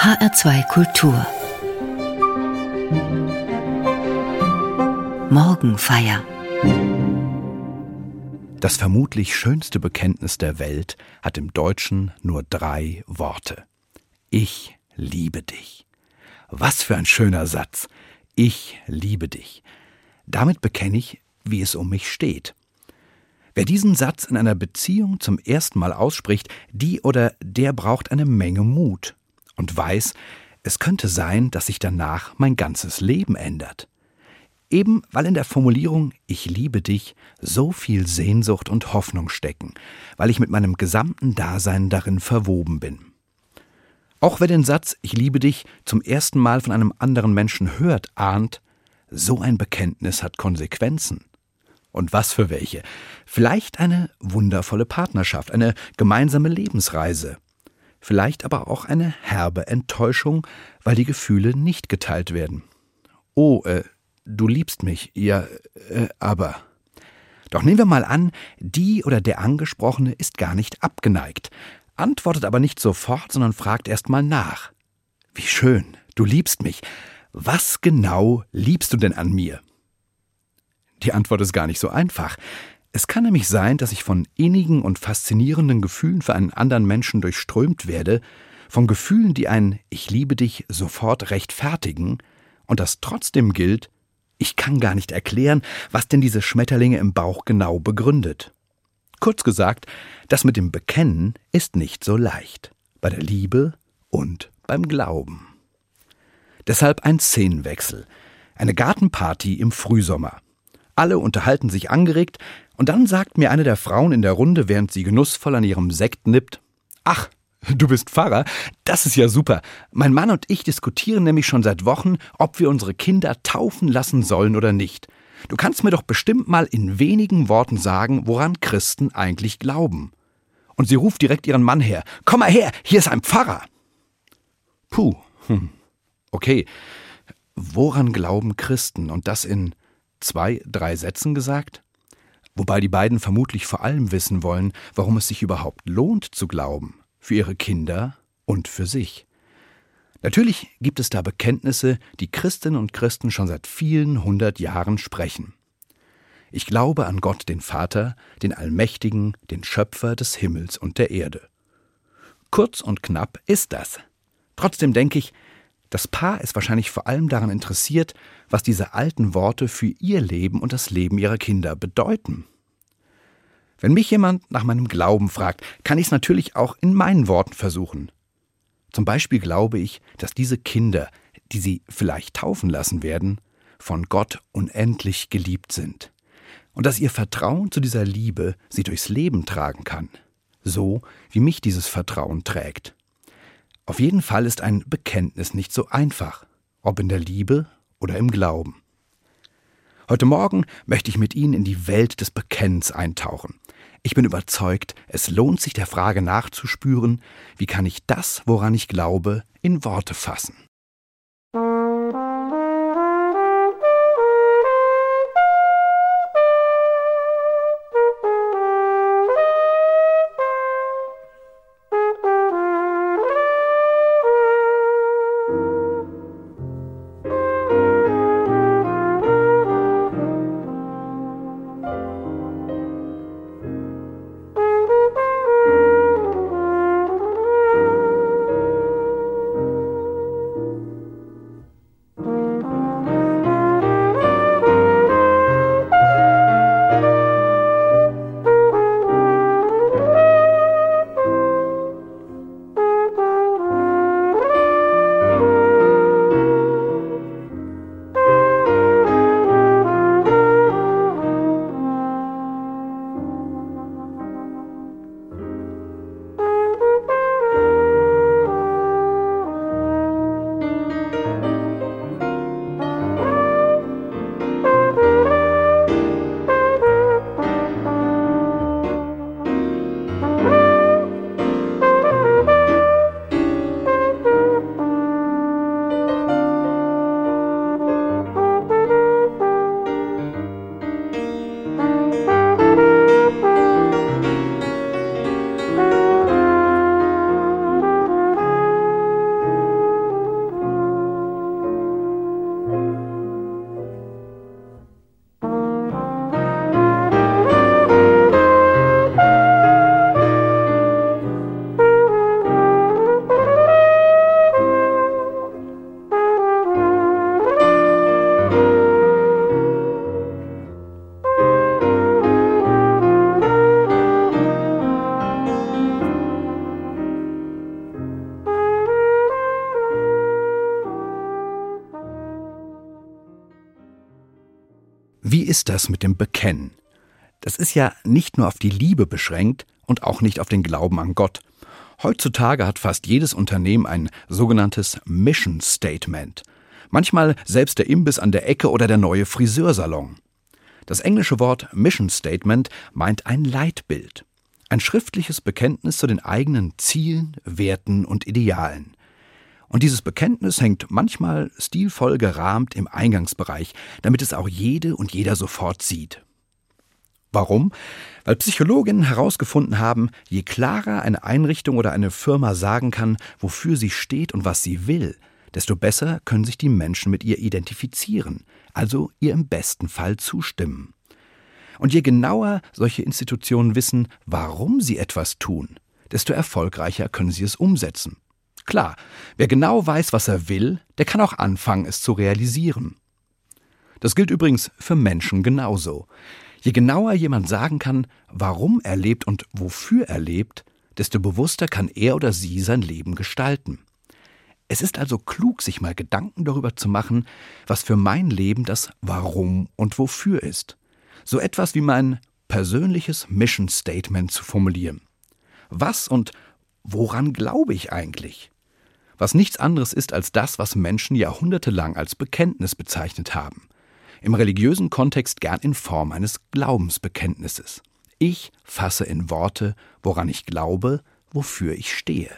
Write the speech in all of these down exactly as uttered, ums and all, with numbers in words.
H R zwei Kultur Morgenfeier. Das vermutlich schönste Bekenntnis der Welt hat im Deutschen nur drei Worte. Ich liebe dich. Was für ein schöner Satz. Ich liebe dich. Damit bekenne ich, wie es um mich steht. Wer diesen Satz in einer Beziehung zum ersten Mal ausspricht, die oder der braucht eine Menge Mut und weiß, es könnte sein, dass sich danach mein ganzes Leben ändert. Eben weil in der Formulierung »Ich liebe dich« so viel Sehnsucht und Hoffnung stecken, weil ich mit meinem gesamten Dasein darin verwoben bin. Auch wer den Satz »Ich liebe dich« zum ersten Mal von einem anderen Menschen hört, ahnt, so ein Bekenntnis hat Konsequenzen. Und was für welche? Vielleicht eine wundervolle Partnerschaft, eine gemeinsame Lebensreise. Vielleicht aber auch eine herbe Enttäuschung, weil die Gefühle nicht geteilt werden. Oh, äh, du liebst mich, ja, äh, aber. Doch nehmen wir mal an, die oder der Angesprochene ist gar nicht abgeneigt, antwortet aber nicht sofort, sondern fragt erst mal nach. Wie schön, du liebst mich. Was genau liebst du denn an mir? Die Antwort ist gar nicht so einfach. Es kann nämlich sein, dass ich von innigen und faszinierenden Gefühlen für einen anderen Menschen durchströmt werde, von Gefühlen, die ein »Ich liebe dich« sofort rechtfertigen, und das trotzdem gilt, ich kann gar nicht erklären, was denn diese Schmetterlinge im Bauch genau begründet. Kurz gesagt, das mit dem Bekennen ist nicht so leicht, bei der Liebe und beim Glauben. Deshalb ein Szenenwechsel, eine Gartenparty im Frühsommer. Alle unterhalten sich angeregt, und dann sagt mir eine der Frauen in der Runde, während sie genussvoll an ihrem Sekt nippt: »Ach, du bist Pfarrer? Das ist ja super. Mein Mann und ich diskutieren nämlich schon seit Wochen, ob wir unsere Kinder taufen lassen sollen oder nicht. Du kannst mir doch bestimmt mal in wenigen Worten sagen, woran Christen eigentlich glauben.« Und sie ruft direkt ihren Mann her: »Komm mal her, hier ist ein Pfarrer!« Puh, hm. Okay, woran glauben Christen? Und das in zwei, drei Sätzen gesagt? Wobei die beiden vermutlich vor allem wissen wollen, warum es sich überhaupt lohnt zu glauben. Für ihre Kinder und für sich. Natürlich gibt es da Bekenntnisse, die Christinnen und Christen schon seit vielen hundert Jahren sprechen. Ich glaube an Gott, den Vater, den Allmächtigen, den Schöpfer des Himmels und der Erde. Kurz und knapp ist das. Trotzdem denke ich, das Paar ist wahrscheinlich vor allem daran interessiert, was diese alten Worte für ihr Leben und das Leben ihrer Kinder bedeuten. Wenn mich jemand nach meinem Glauben fragt, kann ich es natürlich auch in meinen Worten versuchen. Zum Beispiel glaube ich, dass diese Kinder, die sie vielleicht taufen lassen werden, von Gott unendlich geliebt sind. Und dass ihr Vertrauen zu dieser Liebe sie durchs Leben tragen kann. So wie mich dieses Vertrauen trägt. Auf jeden Fall ist ein Bekenntnis nicht so einfach, ob in der Liebe oder im Glauben. Heute Morgen möchte ich mit Ihnen in die Welt des Bekennens eintauchen. Ich bin überzeugt, es lohnt sich, der Frage nachzuspüren, wie kann ich das, woran ich glaube, in Worte fassen. Wie ist das mit dem Bekennen? Das ist ja nicht nur auf die Liebe beschränkt und auch nicht auf den Glauben an Gott. Heutzutage hat fast jedes Unternehmen ein sogenanntes Mission Statement. Manchmal selbst der Imbiss an der Ecke oder der neue Friseursalon. Das englische Wort Mission Statement meint ein Leitbild. Ein schriftliches Bekenntnis zu den eigenen Zielen, Werten und Idealen. Und dieses Bekenntnis hängt manchmal stilvoll gerahmt im Eingangsbereich, damit es auch jede und jeder sofort sieht. Warum? Weil Psychologinnen herausgefunden haben, je klarer eine Einrichtung oder eine Firma sagen kann, wofür sie steht und was sie will, desto besser können sich die Menschen mit ihr identifizieren, also ihr im besten Fall zustimmen. Und je genauer solche Institutionen wissen, warum sie etwas tun, desto erfolgreicher können sie es umsetzen. Klar, wer genau weiß, was er will, der kann auch anfangen, es zu realisieren. Das gilt übrigens für Menschen genauso. Je genauer jemand sagen kann, warum er lebt und wofür er lebt, desto bewusster kann er oder sie sein Leben gestalten. Es ist also klug, sich mal Gedanken darüber zu machen, was für mein Leben das Warum und Wofür ist. So etwas wie mein persönliches Mission Statement zu formulieren. Was und woran glaube ich eigentlich? Was nichts anderes ist als das, was Menschen jahrhundertelang als Bekenntnis bezeichnet haben. Im religiösen Kontext gern in Form eines Glaubensbekenntnisses. Ich fasse in Worte, woran ich glaube, wofür ich stehe.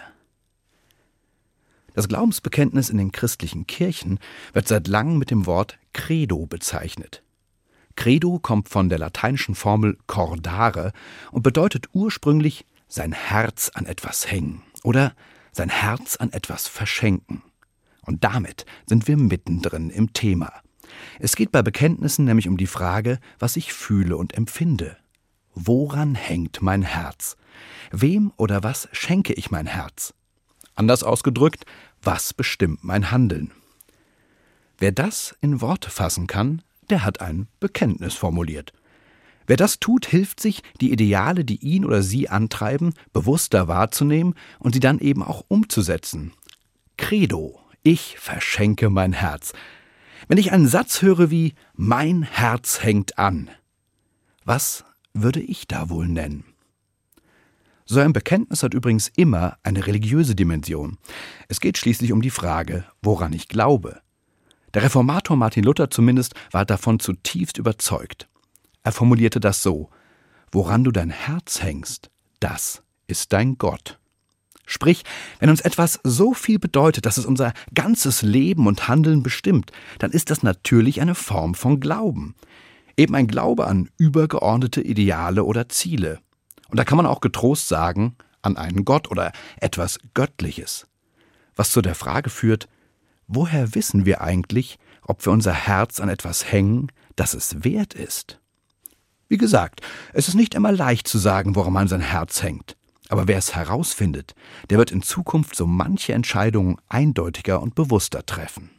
Das Glaubensbekenntnis in den christlichen Kirchen wird seit langem mit dem Wort Credo bezeichnet. Credo kommt von der lateinischen Formel cordare und bedeutet ursprünglich sein Herz an etwas hängen oder sein Herz an etwas verschenken. Und damit sind wir mittendrin im Thema. Es geht bei Bekenntnissen nämlich um die Frage, was ich fühle und empfinde. Woran hängt mein Herz? Wem oder was schenke ich mein Herz? Anders ausgedrückt, was bestimmt mein Handeln? Wer das in Worte fassen kann, der hat ein Bekenntnis formuliert. Wer das tut, hilft sich, die Ideale, die ihn oder sie antreiben, bewusster wahrzunehmen und sie dann eben auch umzusetzen. Credo, ich verschenke mein Herz. Wenn ich einen Satz höre wie »Mein Herz hängt an«, was würde ich da wohl nennen? So ein Bekenntnis hat übrigens immer eine religiöse Dimension. Es geht schließlich um die Frage, woran ich glaube. Der Reformator Martin Luther zumindest war davon zutiefst überzeugt. Er formulierte das so: Woran du dein Herz hängst, das ist dein Gott. Sprich, wenn uns etwas so viel bedeutet, dass es unser ganzes Leben und Handeln bestimmt, dann ist das natürlich eine Form von Glauben. Eben ein Glaube an übergeordnete Ideale oder Ziele. Und da kann man auch getrost sagen, an einen Gott oder etwas Göttliches. Was zu der Frage führt, woher wissen wir eigentlich, ob wir unser Herz an etwas hängen, das es wert ist? Wie gesagt, es ist nicht immer leicht zu sagen, woran man sein Herz hängt. Aber wer es herausfindet, der wird in Zukunft so manche Entscheidungen eindeutiger und bewusster treffen.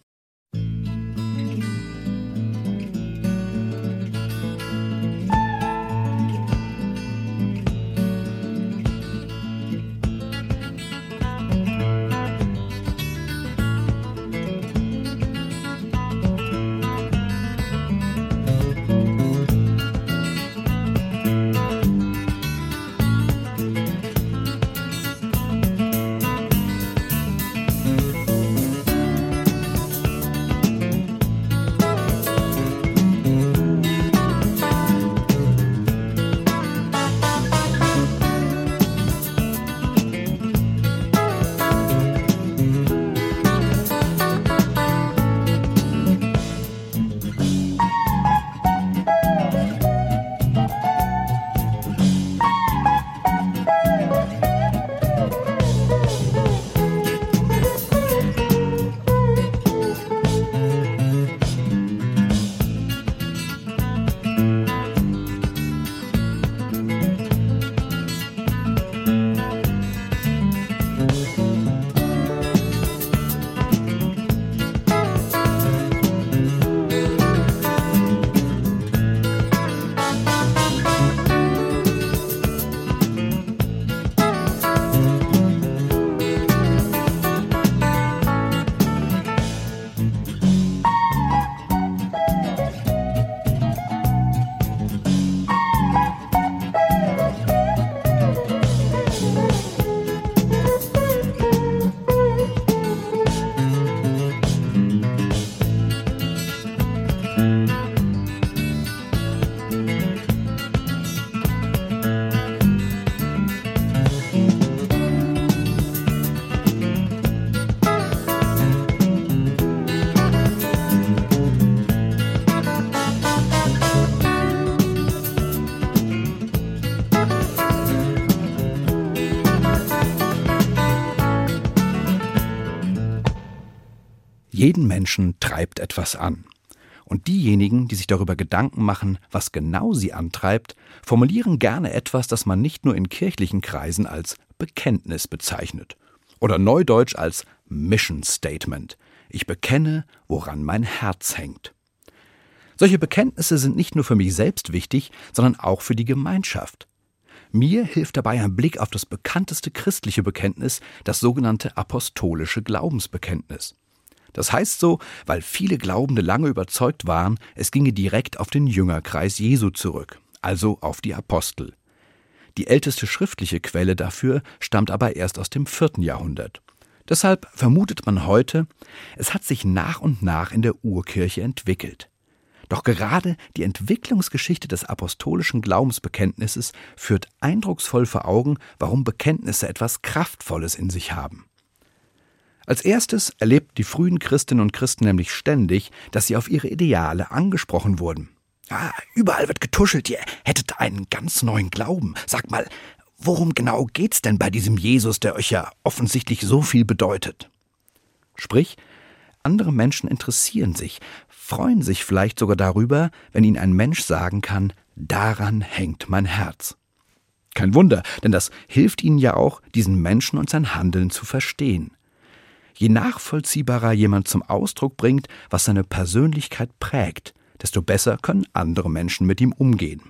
Jeden Menschen treibt etwas an. Und diejenigen, die sich darüber Gedanken machen, was genau sie antreibt, formulieren gerne etwas, das man nicht nur in kirchlichen Kreisen als Bekenntnis bezeichnet. Oder neudeutsch als Mission Statement. Ich bekenne, woran mein Herz hängt. Solche Bekenntnisse sind nicht nur für mich selbst wichtig, sondern auch für die Gemeinschaft. Mir hilft dabei ein Blick auf das bekannteste christliche Bekenntnis, das sogenannte apostolische Glaubensbekenntnis. Das heißt so, weil viele Glaubende lange überzeugt waren, es ginge direkt auf den Jüngerkreis Jesu zurück, also auf die Apostel. Die älteste schriftliche Quelle dafür stammt aber erst aus dem vierten Jahrhundert. Deshalb vermutet man heute, es hat sich nach und nach in der Urkirche entwickelt. Doch gerade die Entwicklungsgeschichte des apostolischen Glaubensbekenntnisses führt eindrucksvoll vor Augen, warum Bekenntnisse etwas Kraftvolles in sich haben. Als erstes erlebten die frühen Christinnen und Christen nämlich ständig, dass sie auf ihre Ideale angesprochen wurden. Ah, überall wird getuschelt, ihr hättet einen ganz neuen Glauben. Sag mal, worum genau geht's denn bei diesem Jesus, der euch ja offensichtlich so viel bedeutet? Sprich, andere Menschen interessieren sich, freuen sich vielleicht sogar darüber, wenn ihnen ein Mensch sagen kann, daran hängt mein Herz. Kein Wunder, denn das hilft ihnen ja auch, diesen Menschen und sein Handeln zu verstehen. Je nachvollziehbarer jemand zum Ausdruck bringt, was seine Persönlichkeit prägt, desto besser können andere Menschen mit ihm umgehen.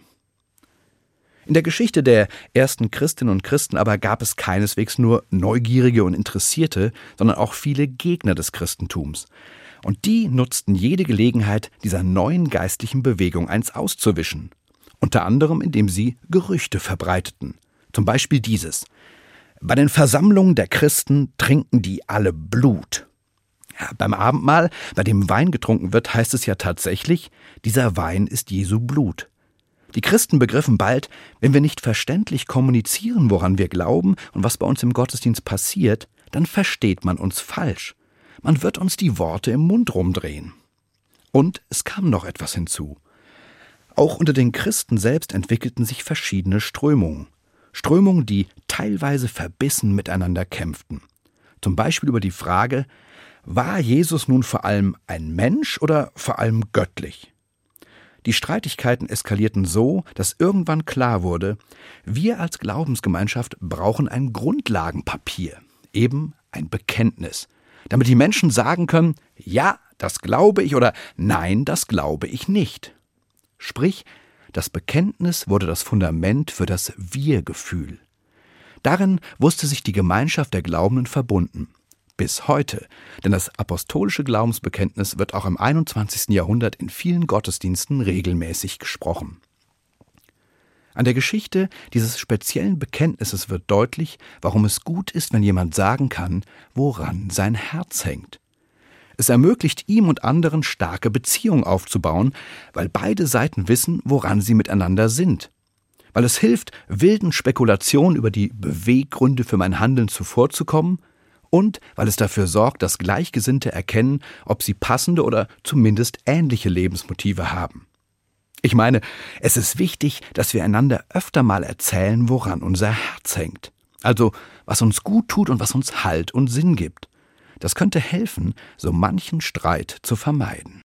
In der Geschichte der ersten Christinnen und Christen aber gab es keineswegs nur Neugierige und Interessierte, sondern auch viele Gegner des Christentums. Und die nutzten jede Gelegenheit, dieser neuen geistlichen Bewegung eins auszuwischen. Unter anderem, indem sie Gerüchte verbreiteten. Zum Beispiel dieses: Bei den Versammlungen der Christen trinken die alle Blut. Ja, beim Abendmahl, bei dem Wein getrunken wird, heißt es ja tatsächlich, dieser Wein ist Jesu Blut. Die Christen begriffen bald, wenn wir nicht verständlich kommunizieren, woran wir glauben und was bei uns im Gottesdienst passiert, dann versteht man uns falsch. Man wird uns die Worte im Mund rumdrehen. Und es kam noch etwas hinzu. Auch unter den Christen selbst entwickelten sich verschiedene Strömungen. Strömungen, die teilweise verbissen miteinander kämpften. Zum Beispiel über die Frage, war Jesus nun vor allem ein Mensch oder vor allem göttlich? Die Streitigkeiten eskalierten so, dass irgendwann klar wurde, wir als Glaubensgemeinschaft brauchen ein Grundlagenpapier, eben ein Bekenntnis, damit die Menschen sagen können, ja, das glaube ich oder nein, das glaube ich nicht. Sprich, das Bekenntnis wurde das Fundament für das Wir-Gefühl. Darin wusste sich die Gemeinschaft der Glaubenden verbunden. Bis heute, denn das apostolische Glaubensbekenntnis wird auch im einundzwanzigsten Jahrhundert in vielen Gottesdiensten regelmäßig gesprochen. An der Geschichte dieses speziellen Bekenntnisses wird deutlich, warum es gut ist, wenn jemand sagen kann, woran sein Herz hängt. Es ermöglicht ihm und anderen starke Beziehungen aufzubauen, weil beide Seiten wissen, woran sie miteinander sind. Weil es hilft, wilden Spekulationen über die Beweggründe für mein Handeln zuvorzukommen und weil es dafür sorgt, dass Gleichgesinnte erkennen, ob sie passende oder zumindest ähnliche Lebensmotive haben. Ich meine, es ist wichtig, dass wir einander öfter mal erzählen, woran unser Herz hängt. Also, was uns gut tut und was uns Halt und Sinn gibt. Das könnte helfen, so manchen Streit zu vermeiden.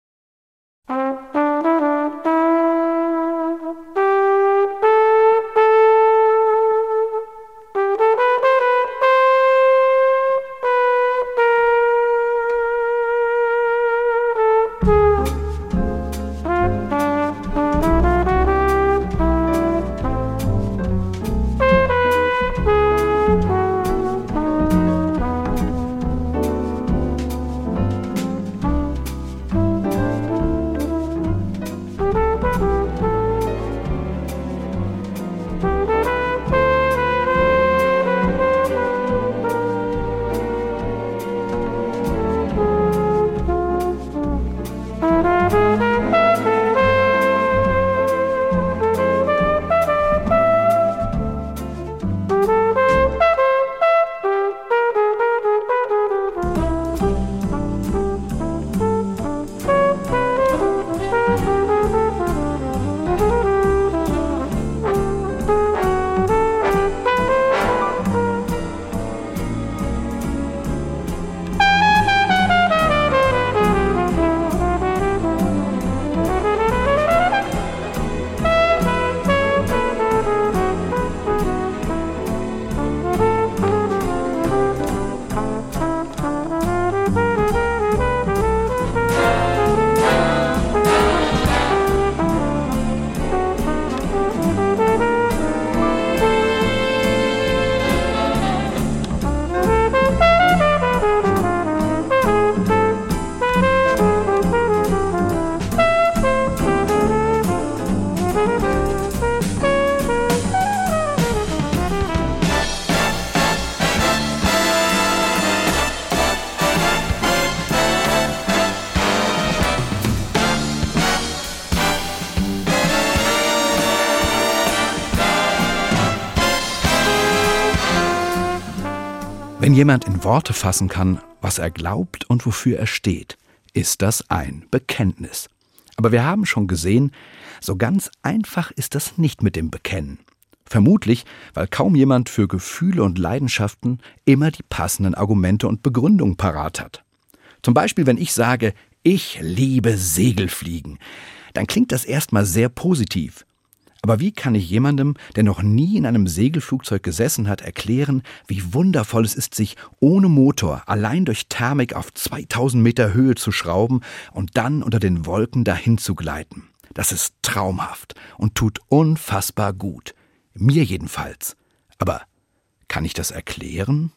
Wenn jemand in Worte fassen kann, was er glaubt und wofür er steht, ist das ein Bekenntnis. Aber wir haben schon gesehen, so ganz einfach ist das nicht mit dem Bekennen. Vermutlich, weil kaum jemand für Gefühle und Leidenschaften immer die passenden Argumente und Begründungen parat hat. Zum Beispiel, wenn ich sage, ich liebe Segelfliegen, dann klingt das erstmal sehr positiv. Aber wie kann ich jemandem, der noch nie in einem Segelflugzeug gesessen hat, erklären, wie wundervoll es ist, sich ohne Motor allein durch Thermik auf zweitausend Meter Höhe zu schrauben und dann unter den Wolken dahin zu gleiten? Das ist traumhaft und tut unfassbar gut. Mir jedenfalls. Aber kann ich das erklären?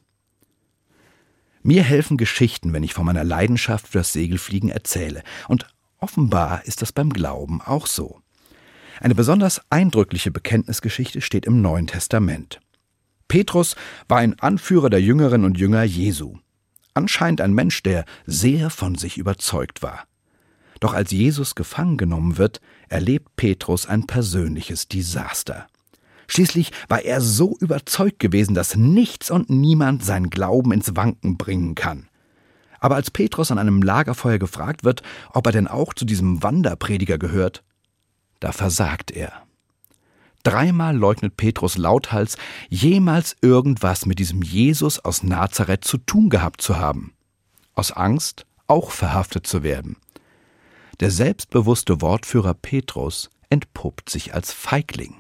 Mir helfen Geschichten, wenn ich von meiner Leidenschaft für das Segelfliegen erzähle. Und offenbar ist das beim Glauben auch so. Eine besonders eindrückliche Bekenntnisgeschichte steht im Neuen Testament. Petrus war ein Anführer der Jüngerinnen und Jünger Jesu. Anscheinend ein Mensch, der sehr von sich überzeugt war. Doch als Jesus gefangen genommen wird, erlebt Petrus ein persönliches Desaster. Schließlich war er so überzeugt gewesen, dass nichts und niemand seinen Glauben ins Wanken bringen kann. Aber als Petrus an einem Lagerfeuer gefragt wird, ob er denn auch zu diesem Wanderprediger gehört, da versagt er. Dreimal leugnet Petrus lauthals, jemals irgendwas mit diesem Jesus aus Nazareth zu tun gehabt zu haben. Aus Angst, auch verhaftet zu werden. Der selbstbewusste Wortführer Petrus entpuppt sich als Feigling.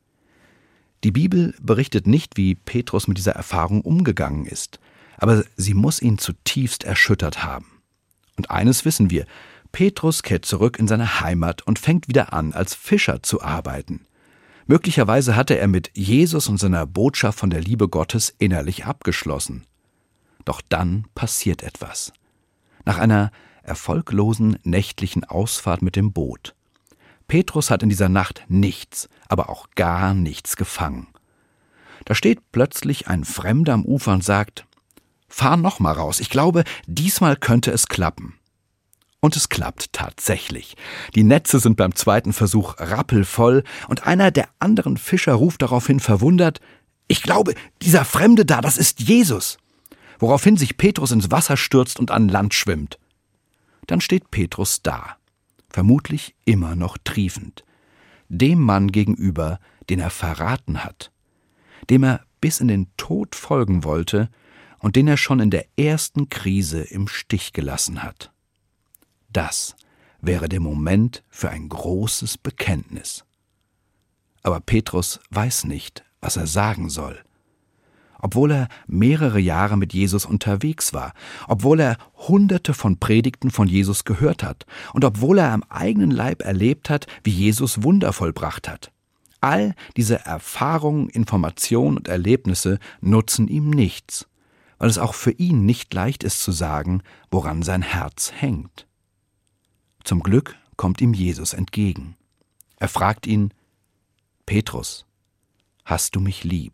Die Bibel berichtet nicht, wie Petrus mit dieser Erfahrung umgegangen ist, aber sie muss ihn zutiefst erschüttert haben. Und eines wissen wir: Petrus kehrt zurück in seine Heimat und fängt wieder an, als Fischer zu arbeiten. Möglicherweise hatte er mit Jesus und seiner Botschaft von der Liebe Gottes innerlich abgeschlossen. Doch dann passiert etwas. Nach einer erfolglosen nächtlichen Ausfahrt mit dem Boot. Petrus hat in dieser Nacht nichts, aber auch gar nichts gefangen. Da steht plötzlich ein Fremder am Ufer und sagt: »Fahr noch mal raus, ich glaube, diesmal könnte es klappen.« Und es klappt tatsächlich. Die Netze sind beim zweiten Versuch rappelvoll und einer der anderen Fischer ruft daraufhin verwundert: »Ich glaube, dieser Fremde da, das ist Jesus!« Woraufhin sich Petrus ins Wasser stürzt und an Land schwimmt. Dann steht Petrus da, vermutlich immer noch triefend, dem Mann gegenüber, den er verraten hat, dem er bis in den Tod folgen wollte und den er schon in der ersten Krise im Stich gelassen hat. Das wäre der Moment für ein großes Bekenntnis. Aber Petrus weiß nicht, was er sagen soll. Obwohl er mehrere Jahre mit Jesus unterwegs war, obwohl er hunderte von Predigten von Jesus gehört hat und obwohl er am eigenen Leib erlebt hat, wie Jesus Wunder vollbracht hat. All diese Erfahrungen, Informationen und Erlebnisse nutzen ihm nichts, weil es auch für ihn nicht leicht ist zu sagen, woran sein Herz hängt. Zum Glück kommt ihm Jesus entgegen. Er fragt ihn: »Petrus, hast du mich lieb?«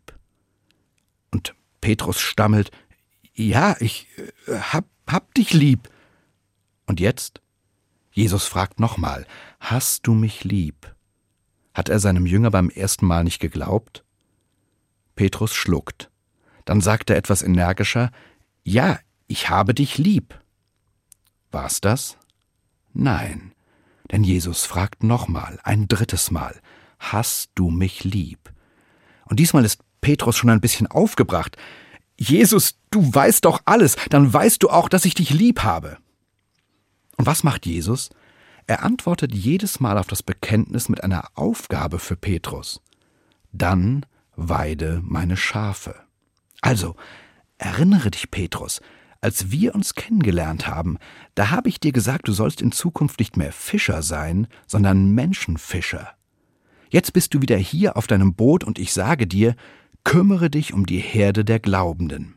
Und Petrus stammelt: »Ja, ich äh, hab, hab dich lieb.« Und jetzt? Jesus fragt nochmal: »Hast du mich lieb?« Hat er seinem Jünger beim ersten Mal nicht geglaubt? Petrus schluckt. Dann sagt er etwas energischer: »Ja, ich habe dich lieb.« War's das? Nein, denn Jesus fragt nochmal, ein drittes Mal: »Hast du mich lieb?« Und diesmal ist Petrus schon ein bisschen aufgebracht. »Jesus, du weißt doch alles, dann weißt du auch, dass ich dich lieb habe.« Und was macht Jesus? Er antwortet jedes Mal auf das Bekenntnis mit einer Aufgabe für Petrus. »Dann weide meine Schafe.« Also, erinnere dich, Petrus, als wir uns kennengelernt haben, da habe ich dir gesagt, du sollst in Zukunft nicht mehr Fischer sein, sondern Menschenfischer. Jetzt bist du wieder hier auf deinem Boot und ich sage dir, kümmere dich um die Herde der Glaubenden.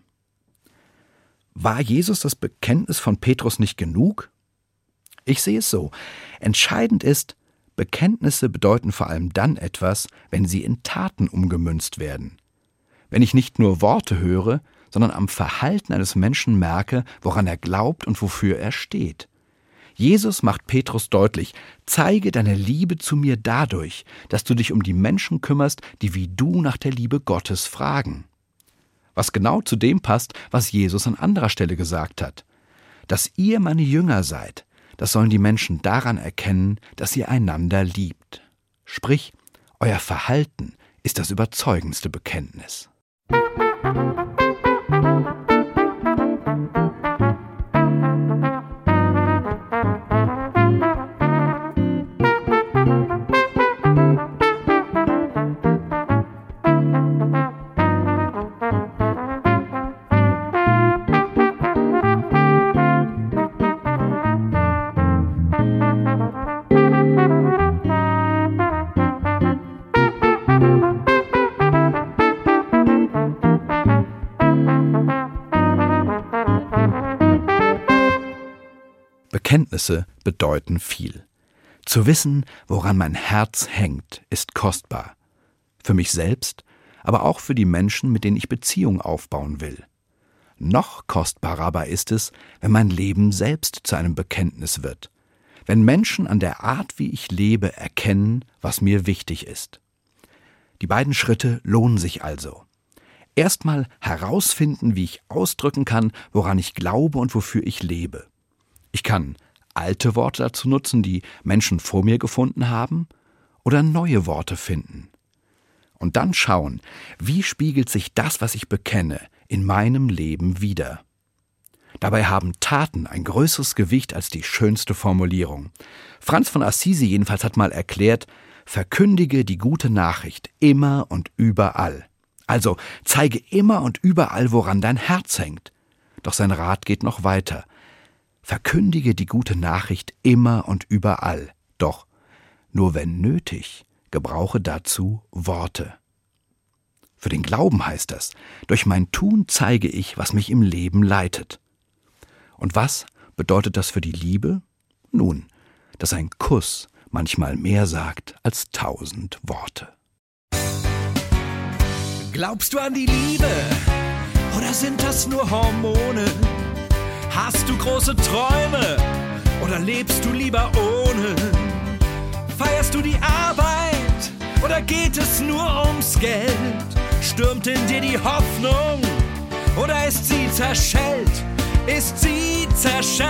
War Jesus das Bekenntnis von Petrus nicht genug? Ich sehe es so. Entscheidend ist, Bekenntnisse bedeuten vor allem dann etwas, wenn sie in Taten umgemünzt werden. Wenn ich nicht nur Worte höre, sondern am Verhalten eines Menschen merke, woran er glaubt und wofür er steht. Jesus macht Petrus deutlich: Zeige deine Liebe zu mir dadurch, dass du dich um die Menschen kümmerst, die wie du nach der Liebe Gottes fragen. was genau zu dem passt, was Jesus an anderer Stelle gesagt hat. Dass ihr meine Jünger seid, das sollen die Menschen daran erkennen, dass ihr einander liebt. Sprich, euer Verhalten ist das überzeugendste Bekenntnis. Bekenntnisse bedeuten viel. Zu wissen, woran mein Herz hängt, ist kostbar. Für mich selbst, aber auch für die Menschen, mit denen ich Beziehung aufbauen will. Noch kostbarer aber ist es, wenn mein Leben selbst zu einem Bekenntnis wird. Wenn Menschen an der Art, wie ich lebe, erkennen, was mir wichtig ist. Die beiden Schritte lohnen sich also. Erstmal herausfinden, wie ich ausdrücken kann, woran ich glaube und wofür ich lebe. Ich kann alte Worte dazu nutzen, die Menschen vor mir gefunden haben, oder neue Worte finden. Und dann schauen, wie spiegelt sich das, was ich bekenne, in meinem Leben wider. Dabei haben Taten ein größeres Gewicht als die schönste Formulierung. Franz von Assisi jedenfalls hat mal erklärt, verkündige die gute Nachricht immer und überall. Also zeige immer und überall, woran dein Herz hängt. Doch sein Rat geht noch weiter. Verkündige die gute Nachricht immer und überall, doch nur wenn nötig, gebrauche dazu Worte. Für den Glauben heißt das, durch mein Tun zeige ich, was mich im Leben leitet. Und was bedeutet das für die Liebe? Nun, dass ein Kuss manchmal mehr sagt als tausend Worte. Glaubst du an die Liebe oder sind das nur Hormone? Hast du große Träume oder lebst du lieber ohne? Feierst du die Arbeit oder geht es nur ums Geld? Stürmt in dir die Hoffnung oder ist sie zerschellt? Ist sie zerschellt?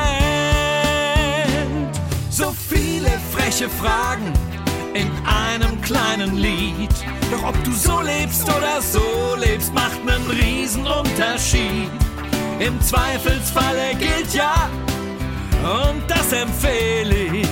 So viele freche Fragen in einem kleinen Lied. Doch ob du so lebst oder so lebst, macht nen Riesenunterschied. Im Zweifelsfalle gilt ja, und das empfehle ich,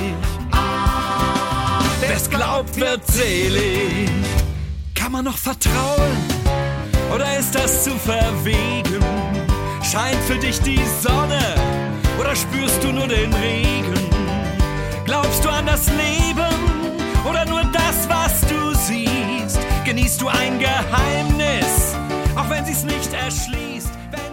wer's glaubt, wird selig. Kann man noch vertrauen, oder ist das zu verwegen? Scheint für dich die Sonne, oder spürst du nur den Regen? Glaubst du an das Leben, oder nur das, was du siehst? Genießt du ein Geheimnis, auch wenn sie's nicht erschließt?